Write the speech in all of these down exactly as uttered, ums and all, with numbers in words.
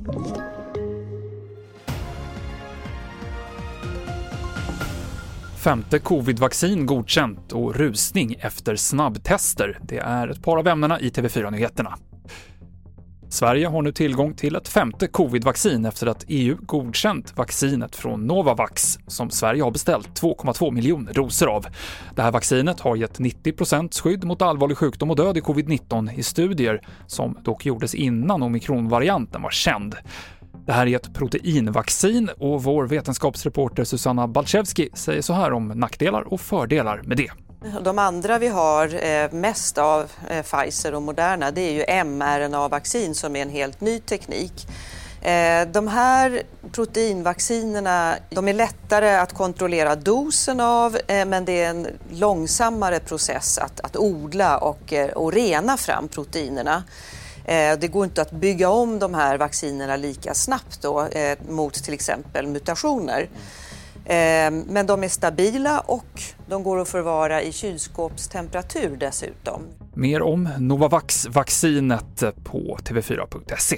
Femte covidvaccin godkänt och rusning efter snabbtester. Det är ett par av ämnena i T V fyra-nyheterna. Sverige har nu tillgång till ett femte covidvaccin efter att E U godkänt vaccinet från Novavax som Sverige har beställt två komma två miljoner doser av. Det här vaccinet har gett nittio procent skydd mot allvarlig sjukdom och död i covid nitton i studier som dock gjordes innan omikronvarianten var känd. Det här är ett proteinvaccin och vår vetenskapsreporter Susanna Balchevski säger så här om nackdelar och fördelar med det. De andra vi har eh, mest av eh, Pfizer och Moderna, det är ju mRNA-vaccin som är en helt ny teknik. Eh, de här proteinvaccinerna, de är lättare att kontrollera dosen av, eh, men det är en långsammare process att, att odla och, eh, och rena fram proteinerna. Eh, det går inte att bygga om de här vaccinerna lika snabbt då, eh, mot till exempel mutationer. Men de är stabila och de går att förvara i kylskåpstemperatur dessutom. Mer om Novavax-vaccinet på t v fyra punkt se.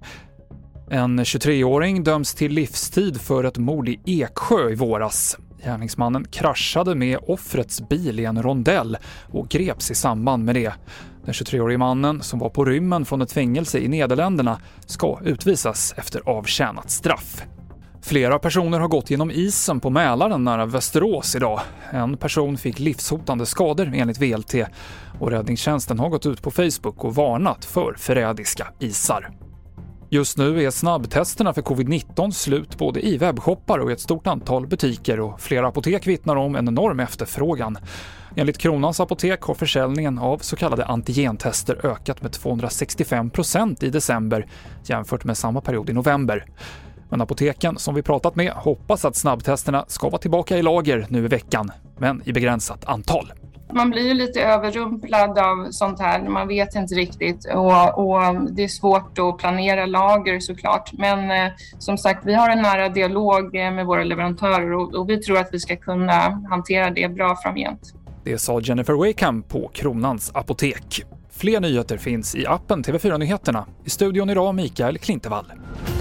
En tjugotreåring döms till livstid för ett mord i Eksjö i våras. Gärningsmannen kraschade med offrets bil i en rondell och greps i samband med det. Den tjugotreårige mannen som var på rymmen från ett fängelse i Nederländerna ska utvisas efter avtjänat straff. Flera personer har gått genom isen på Mälaren nära Västerås idag. En person fick livshotande skador enligt V L T och räddningstjänsten har gått ut på Facebook och varnat för förrädiska isar. Just nu är snabbtesterna för covid nitton slut både i webbshoppar och i ett stort antal butiker och flera apotek vittnar om en enorm efterfrågan. Enligt Kronans apotek har försäljningen av så kallade antigentester ökat med tvåhundrasextiofem procent i december jämfört med samma period i november. Men apoteken som vi pratat med hoppas att snabbtesterna ska vara tillbaka i lager nu i veckan, men i begränsat antal. Man blir ju lite överrumplad av sånt här, man vet inte riktigt och, och det är svårt att planera lager såklart. Men eh, som sagt, vi har en nära dialog med våra leverantörer och, och vi tror att vi ska kunna hantera det bra framgent. Det sa Jennifer Wakeham på Kronans apotek. Fler nyheter finns i appen T V fyra-nyheterna. I studion idag Mikael Klintevall.